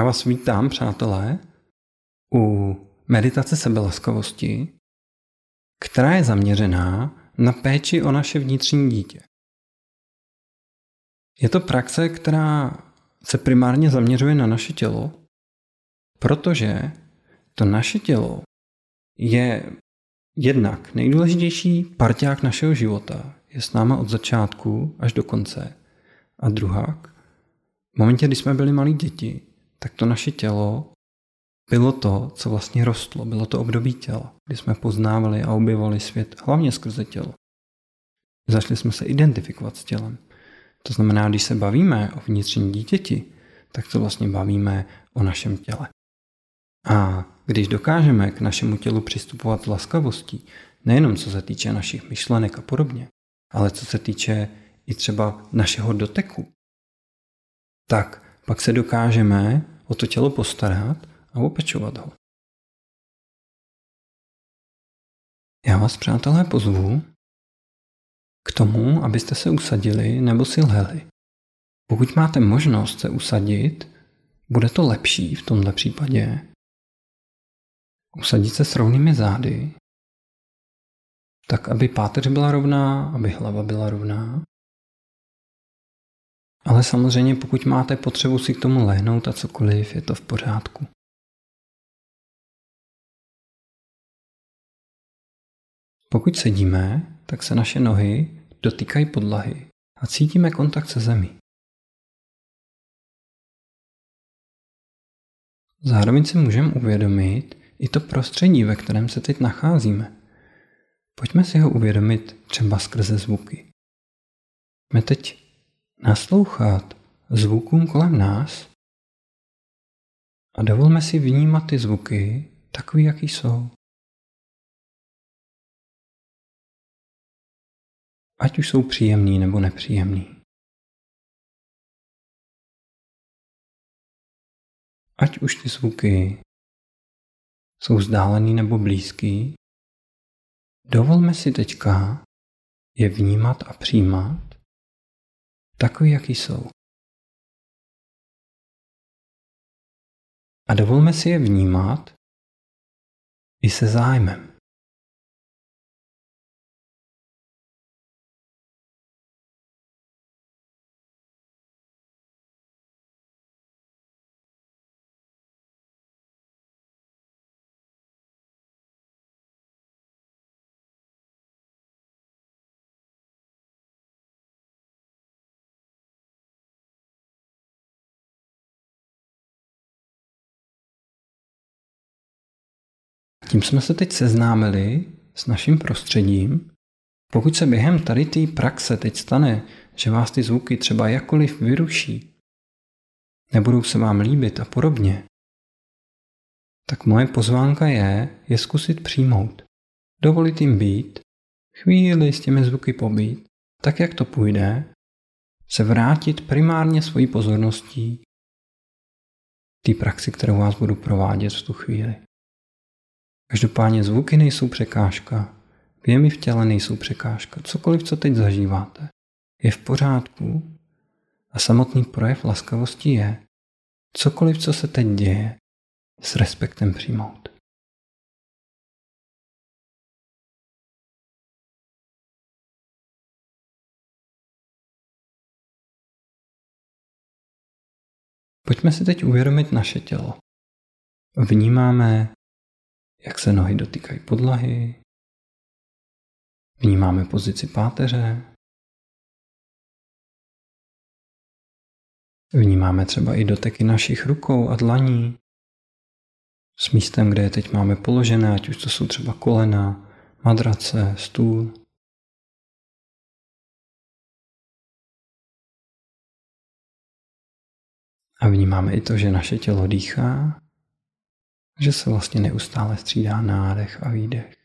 Já vás vítám, přátelé, u meditace sebelaskavosti, která je zaměřená na péči o naše vnitřní dítě. Je to praxe, která se primárně zaměřuje na naše tělo, protože to naše tělo je jednak nejdůležitější parťák našeho života. Je s náma od začátku až do konce. A druhák, v momentě, kdy jsme byli malí děti, tak to naše tělo bylo to, co vlastně rostlo. Bylo to období těla, kdy jsme poznávali a objevovali svět hlavně skrze tělo. Začali jsme se identifikovat s tělem. To znamená, když se bavíme o vnitřním dítěti, tak se vlastně bavíme o našem těle. A když dokážeme k našemu tělu přistupovat s laskavostí, nejenom co se týče našich myšlenek a podobně, ale co se týče i třeba našeho doteku, tak pak se dokážeme o to tělo postarat a opečovat ho. Já vás, přátelé, pozvu k tomu, abyste se usadili nebo si lehli. Pokud máte možnost se usadit, bude to lepší v tomhle případě. Usadit se s rovnými zády, tak aby páteř byla rovná, aby hlava byla rovná. Ale samozřejmě, pokud máte potřebu si k tomu lehnout a cokoliv, je to v pořádku. Pokud sedíme, tak se naše nohy dotýkají podlahy a cítíme kontakt se zemí. Zároveň si můžeme uvědomit i to prostředí, ve kterém se teď nacházíme. Pojďme si ho uvědomit třeba skrze zvuky. Pojďme teď naslouchat zvukům kolem nás a dovolme si vnímat ty zvuky takový, jaký jsou. Ať už jsou příjemný nebo nepříjemný. Ať už ty zvuky jsou vzdálený nebo blízký, dovolme si teďka je vnímat a přijímat takový, jaký jsou. A dovolme si je vnímat i se zájmem. Tím jsme se teď seznámili s naším prostředím. Pokud se během tady té praxe teď stane, že vás ty zvuky třeba jakkoliv vyruší, nebudou se vám líbit a podobně, tak moje pozvánka je zkusit přijmout. Dovolit jim být, chvíli s těmi zvuky pobít, tak jak to půjde, se vrátit primárně svojí pozorností té praxi, kterou vás budu provádět v tu chvíli. Každopádně zvuky nejsou překážka, věmy v těle nejsou překážka. Cokoliv, co teď zažíváte, je v pořádku a samotný projev laskavosti je cokoliv, co se teď děje, s respektem přijmout. Pojďme si teď uvědomit naše tělo. Vnímáme, jak se nohy dotýkají podlahy, vnímáme pozici páteře, vnímáme třeba i doteky našich rukou a dlaní s místem, kde je teď máme položené, ať už to jsou třeba kolena, madrace, stůl. A vnímáme i to, že naše tělo dýchá, že se vlastně neustále střídá nádech a výdech.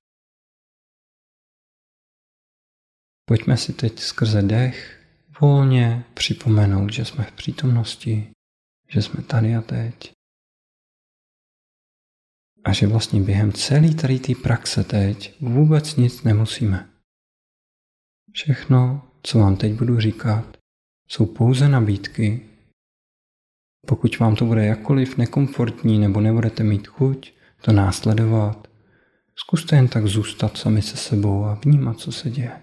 Pojďme si teď skrze dech volně připomenout, že jsme v přítomnosti, že jsme tady a teď. A že vlastně během celé tady té praxe teď vůbec nic nemusíme. Všechno, co vám teď budu říkat, jsou pouze nabídky Pokud vám to bude jakkoliv nekomfortní nebo nebudete mít chuť to následovat, zkuste jen tak zůstat sami se sebou a vnímat, co se děje.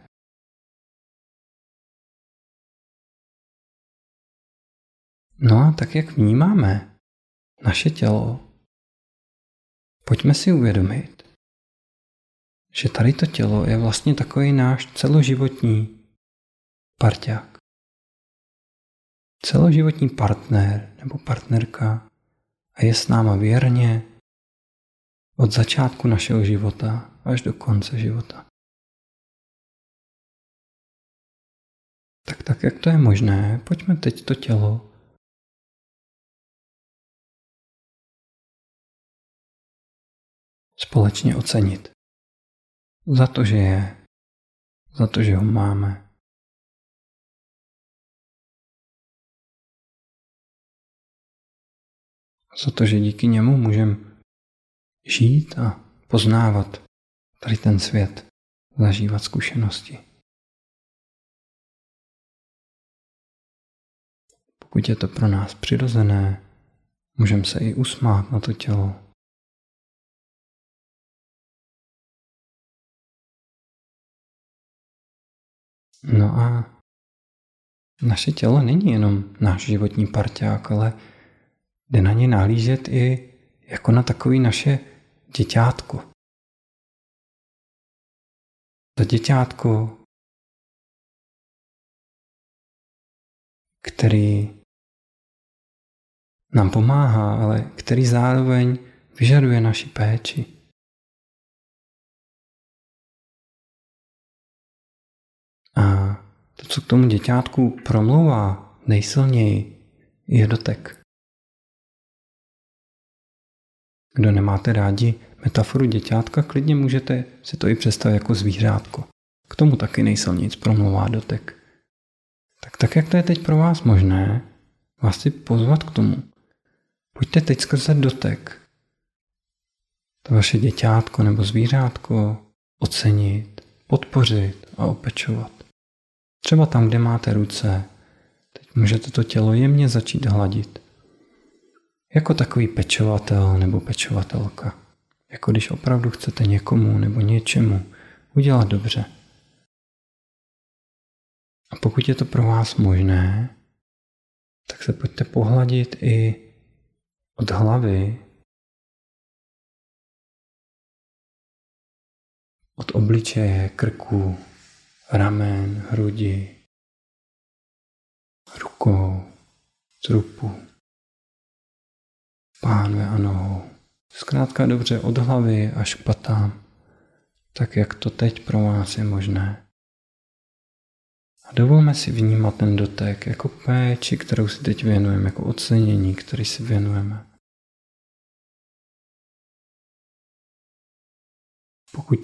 No a tak, jak vnímáme naše tělo, pojďme si uvědomit, že tady to tělo je vlastně takový náš celoživotní parťák. Celoživotní partner nebo partnerka a je s náma věrně od začátku našeho života až do konce života. Tak jak to je možné, pojďme teď to tělo společně ocenit. Za to, že je, za to, že ho máme. Za to, že díky němu můžeme žít a poznávat tady ten svět, zažívat zkušenosti. Pokud je to pro nás přirozené, můžeme se i usmát na to tělo. No a naše tělo není jenom náš životní parťák, ale jde na ně nahlížet i jako na takový naše děťátko. To děťátko, který nám pomáhá, ale který zároveň vyžaduje naši péči. A to, co k tomu děťátku promlouvá nejsilněji, je dotek. Kdo nemáte rádi metaforu děťátka, klidně můžete si to i představit jako zvířátko. K tomu taky nejsilněji promlouvá dotek. Tak jak to je teď pro vás možné, vás si pozvat k tomu. Pojďte teď skrze dotek to vaše děťátko nebo zvířátko ocenit, podpořit a opečovat. Třeba tam, kde máte ruce, teď můžete to tělo jemně začít hladit. Jako takový pečovatel nebo pečovatelka. Jako když opravdu chcete někomu nebo něčemu udělat dobře. A pokud je to pro vás možné, tak se pojďte pohladit i od hlavy, od obličeje, krku, ramen, hrudi, rukou, trupu, pánve a nohou. Zkrátka dobře od hlavy až k patám, tak jak to teď pro vás je možné. A dovolme si vnímat ten dotek jako péči, kterou si teď věnujeme, jako ocenění, který si věnujeme. Pokud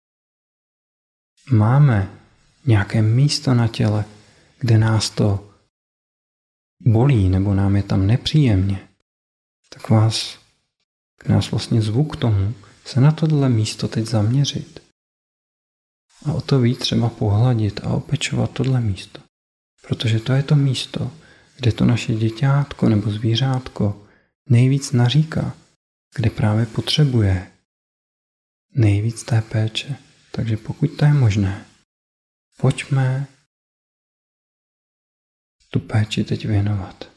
máme nějaké místo na těle, kde nás to bolí nebo nám je tam nepříjemně, tak nás vlastně zvu k tomu se na tohle místo teď zaměřit. A o to víc třeba pohladit a opečovat tohle místo. Protože to je to místo, kde to naše děťátko nebo zvířátko nejvíc naříká, kde právě potřebuje nejvíc té péče. Takže pokud to je možné, pojďme tu péči teď věnovat.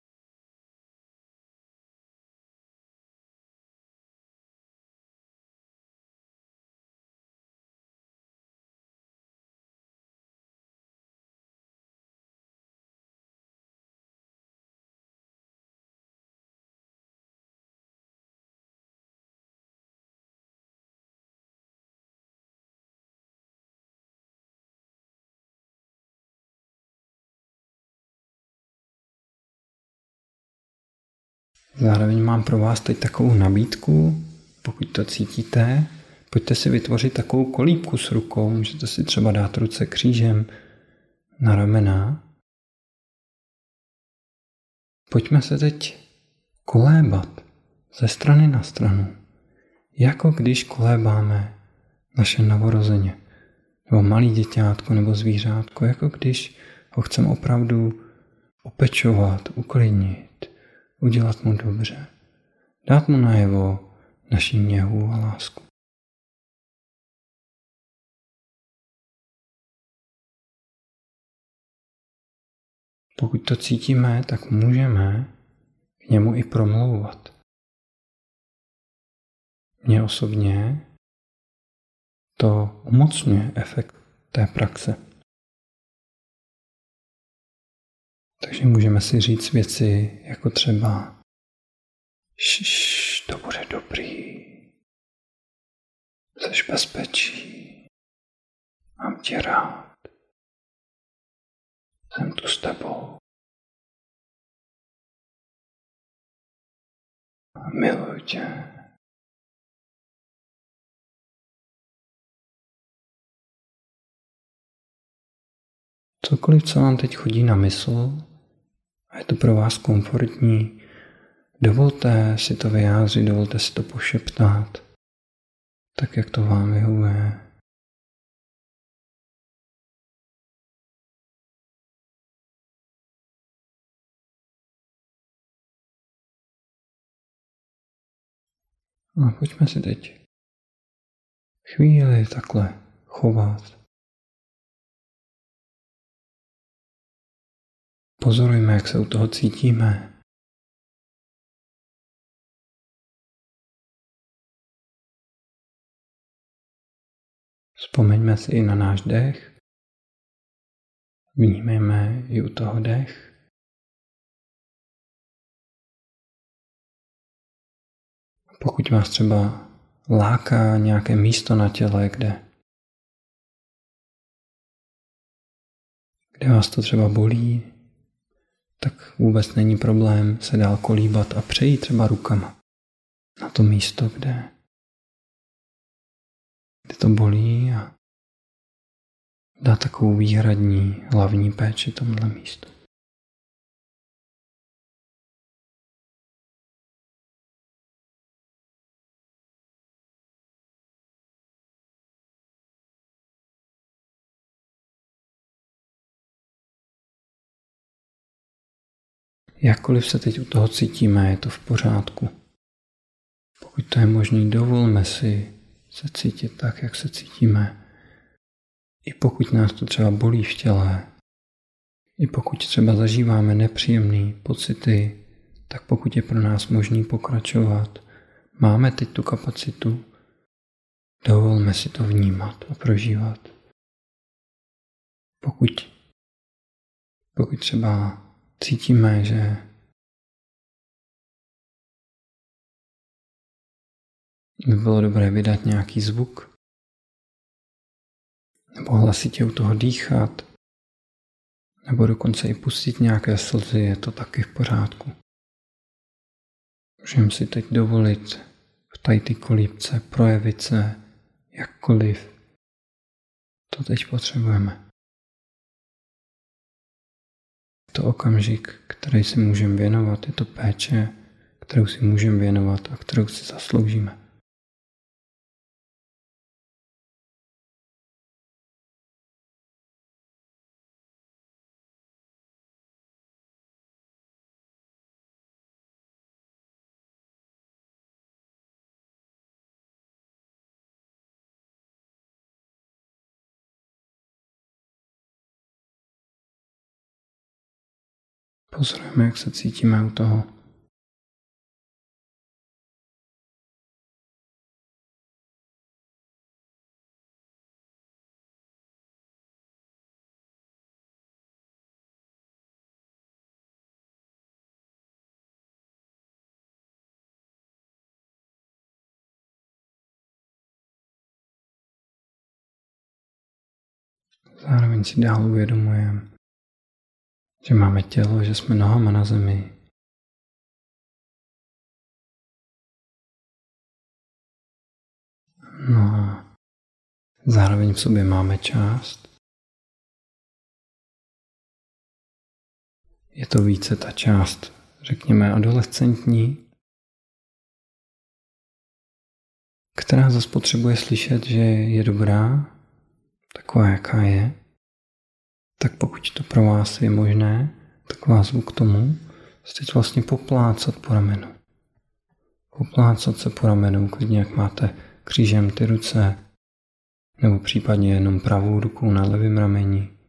Zároveň mám pro vás teď takovou nabídku, pokud to cítíte, pojďte si vytvořit takovou kolíbku s rukou, můžete si třeba dát ruce křížem na ramena. Pojďme se teď kolébat ze strany na stranu, jako když kolébáme naše novorozeně, nebo malý děťátko nebo zvířátko, jako když ho chceme opravdu opečovat, uklidnit, udělat mu dobře, dát mu najevo naši něhu a lásku. Pokud to cítíme, tak můžeme k němu i promlouvat. Mně osobně to umocňuje efekt té praxe. Takže můžeme si říct věci jako třeba to bude dobrý, jseš v bezpečí, mám tě rád, jsem tu s tebou, miluji tě. Cokoliv, co vám teď chodí na mysl a je to pro vás komfortní, dovolte si to vyjádřit, dovolte si to pošeptat, tak jak to vám vyhovuje. A pojďme si teď chvíli takhle chovat. Pozorujme, jak se u toho cítíme. Vzpomeňme si i na náš dech. Vnímejme i u toho dech. Pokud vás třeba láká nějaké místo na těle, kde vás to třeba bolí, tak vůbec není problém se dál kolíbat a přejít třeba rukama na to místo, kde to bolí a dát takovou výhradní hlavní péči tomuhle místu. Jakkoliv se teď u toho cítíme, je to v pořádku. Pokud to je možné, dovolme si se cítit tak, jak se cítíme. I pokud nás to třeba bolí v těle, i pokud třeba zažíváme nepříjemné pocity, tak pokud je pro nás možný pokračovat, máme teď tu kapacitu, dovolme si to vnímat a prožívat. Pokud třeba cítíme, že by bylo dobré vydat nějaký zvuk, nebo hlasitě u toho dýchat, nebo dokonce i pustit nějaké slzy, je to taky v pořádku. Můžeme si teď dovolit v tady kolíbce projevit se jakkoliv to teď potřebujeme. Je to okamžik, který si můžeme věnovat, je to péče, kterou si můžeme věnovat a kterou si zasloužíme. Pozorujeme, jak se cítíme u toho. Zároveň si dál uvědomujeme, že máme tělo, že jsme nohama na zemi. No a zároveň v sobě máme část. Je to více ta část, řekněme, adolescentní, která zase potřebuje slyšet, že je dobrá, taková, jaká je. Tak pokud to pro vás je možné, tak vás zvu k tomu teď vlastně poplácat po ramenu. Poplácat se po ramenu, klidně jak máte křížem ty ruce, nebo případně jenom pravou rukou na levém rameni.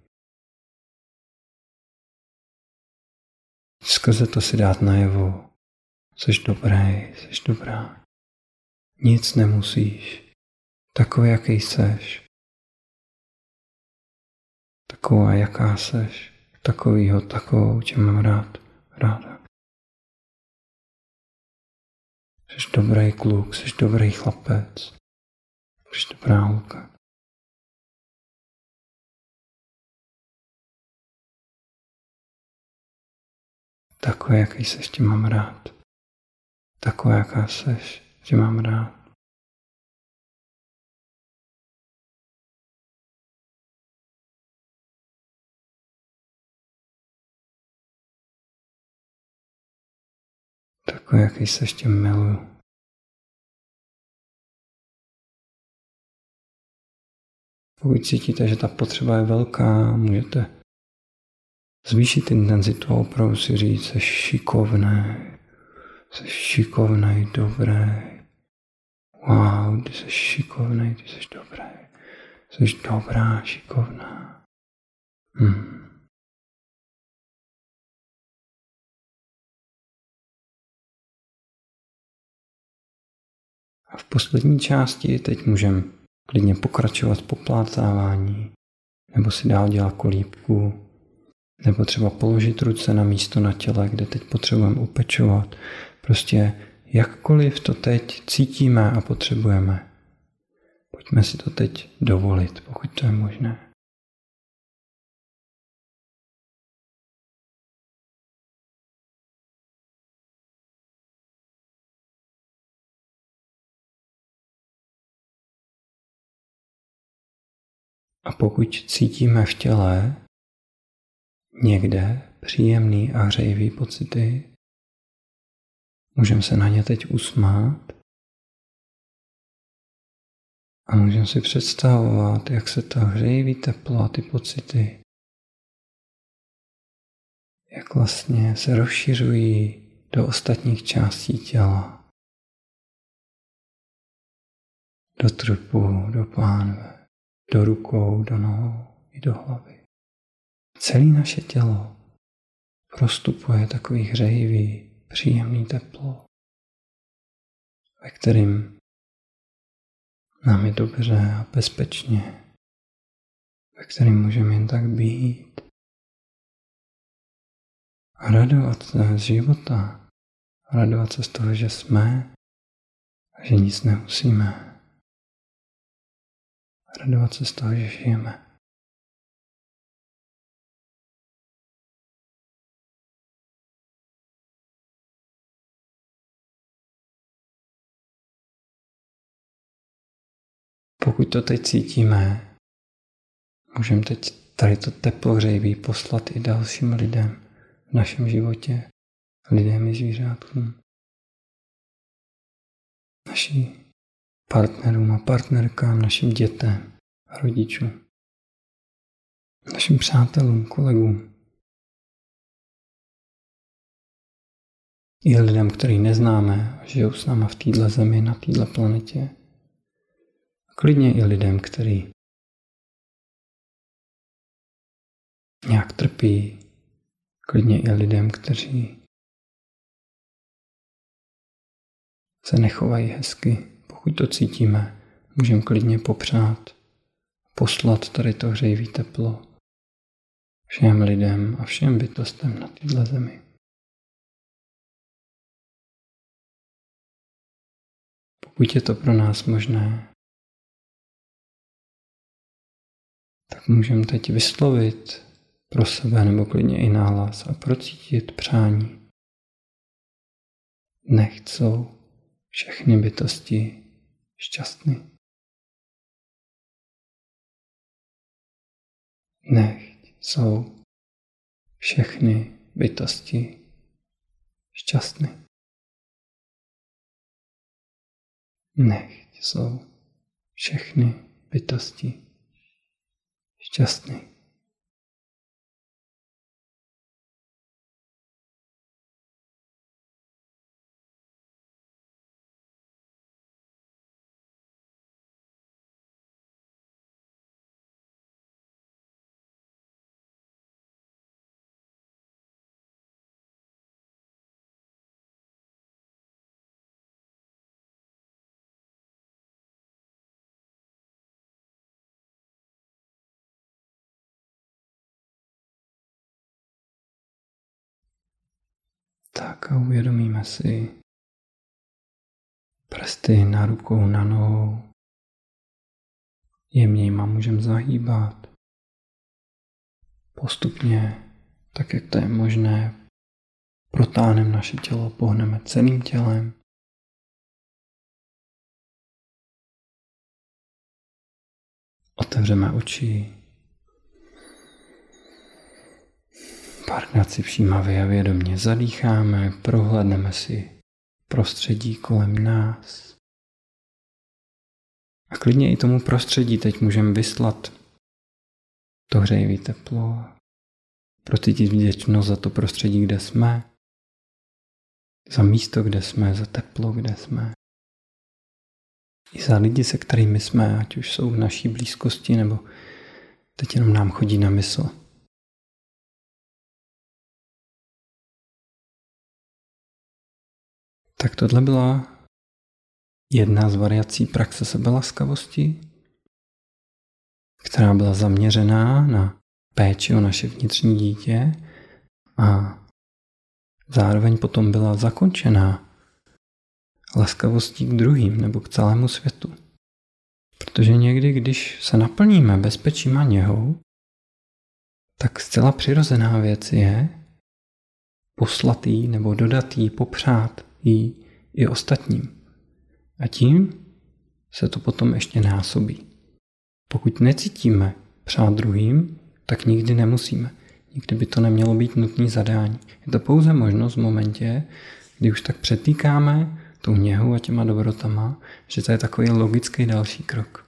Skrze to si dát najevo. Jseš dobrý, jseš dobrá. Nic nemusíš. Takový, jaký seš. Taková, jaká seš. Takovýho, takovou tě mám rád. Ráda. Jseš dobrý kluk, jseš dobrý chlapec. Jseš dobrá holka. Takový, jaký seš, tě mám rád. Taková, jaká seš, tě mám rád. Takový, jaký seš, tě miluju. Pokud cítíte, že ta potřeba je velká, můžete zvýšit intenzitu a opravdu si říct, jsi šikovnej, dobrý. Wow, ty jsi šikovnej, ty jsi dobrý. Jsi dobrá, šikovná. A v poslední části teď můžeme klidně pokračovat v poplácávání, nebo si dál dělat kolíbku, nebo třeba položit ruce na místo na těle, kde teď potřebujeme upečovat. Prostě jakkoliv to teď cítíme a potřebujeme. Pojďme si to teď dovolit, pokud to je možné. A pokud cítíme v těle někde příjemný a hřejivý pocity, můžeme se na ně teď usmát a můžeme si představovat, jak se to hřejivý teplo a ty pocity, jak vlastně se rozšiřují do ostatních částí těla. Do trupu, do pánve, do rukou, do nohou i do hlavy. Celé naše tělo prostupuje takový hřejivý, příjemný teplo, ve kterým nám je dobře a bezpečně, ve kterým můžeme jen tak být a radovat se z života, radovat se z toho, že jsme a že nic nemusíme. Radovat se z toho, že žijeme. Pokud to teď cítíme, můžeme teď tady to teplo hřejivý poslat i dalším lidem v našem životě, lidem i zvířátkům, našim partnerům a partnerkám, našim dětem a rodičům, našim přátelům, kolegům. I lidem, který neznáme a žijou s náma v této zemi, na této planetě. A klidně i lidem, který nějak trpí. Klidně i lidem, kteří se nechovají hezky. Pokud to cítíme, můžeme klidně popřát, poslat tady to hřejivý teplo všem lidem a všem bytostem na této zemi. Pokud je to pro nás možné, tak můžeme teď vyslovit pro sebe nebo klidně i nahlas a procítit přání. Nechť jsou všechny bytosti šťastný. Nechť jsou všechny bytosti šťastný. Nechť jsou všechny bytosti šťastný. Tak a uvědomíme si prsty na rukou, na nohou. Jemně jima můžeme zahýbat. Postupně, tak jak to je možné, protáhneme naše tělo, pohneme celým tělem. Otevřeme oči. Párkrát si všímavě a vědomě zadýcháme, prohlédneme si prostředí kolem nás. A klidně i tomu prostředí teď můžeme vyslat to hřejivý teplo, procítit vděčnost za to prostředí, kde jsme, za místo, kde jsme, za teplo, kde jsme. I za lidi, se kterými jsme, ať už jsou v naší blízkosti, nebo teď jenom nám chodí na mysl. Tak tohle byla jedna z variací praxe sebelaskavosti, která byla zaměřená na péči o naše vnitřní dítě a zároveň potom byla zakončená laskavostí k druhým nebo k celému světu. Protože někdy, když se naplníme bezpečím a něhou, tak zcela přirozená věc je poslat jí nebo dodat jí, popřát jí i ostatním. A tím se to potom ještě násobí. Pokud necítíme přát druhým, tak nikdy nemusíme. Nikdy by to nemělo být nutné zadání. Je to pouze možnost v momentě, kdy už tak přetýkáme tou něhou a těma dobrotama, že to je takový logický další krok.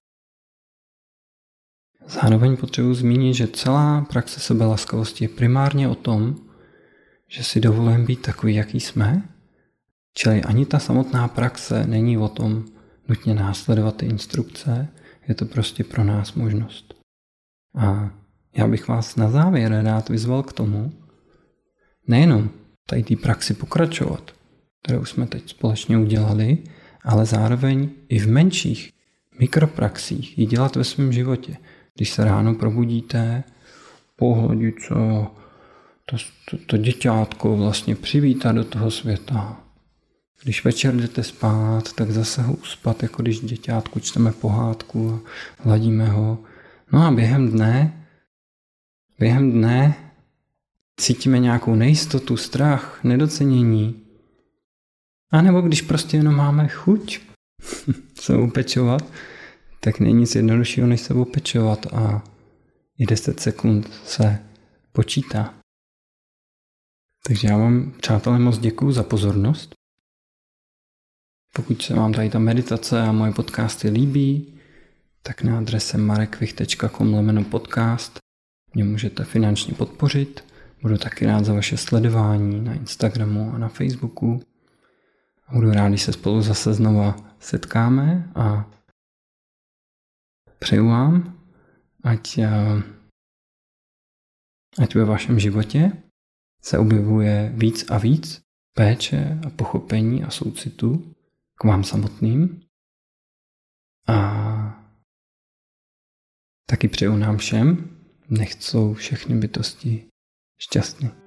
Zároveň potřebuji zmínit, že celá praxe sebelaskavosti je primárně o tom, že si dovolujeme být takový, jaký jsme, čili ani ta samotná praxe není o tom nutně následovat ty instrukce, je to prostě pro nás možnost. A já bych vás na závěr rád vyzval k tomu, nejenom tady té praxi pokračovat, kterou jsme teď společně udělali, ale zároveň i v menších mikropraxích ji dělat ve svém životě. Když se ráno probudíte, pohladit to děťátko vlastně přivítat do toho světa. Když večer jdete spát, tak zase ho uspat, jako když děťátku čteme pohádku, hladíme ho. No a během dne cítíme nějakou nejistotu, strach, nedocenění. A nebo když prostě jenom máme chuť se upečovat, tak není nic jednoduššího, než se upečovat a i 10 sekund se počítá. Takže já vám, přátelé, moc děkuju za pozornost. Pokud se vám tady ta meditace a moje podcasty líbí, tak na adrese marekvich.com/podcast mě můžete finančně podpořit. Budu taky rád za vaše sledování na Instagramu a na Facebooku. A budu rád, když se spolu zase znova setkáme a přeju vám, ať ve vašem životě se objevuje víc a víc péče a pochopení a soucitu k vám samotným. A taky přeju nám všem, nechť jsou všechny bytosti šťastné.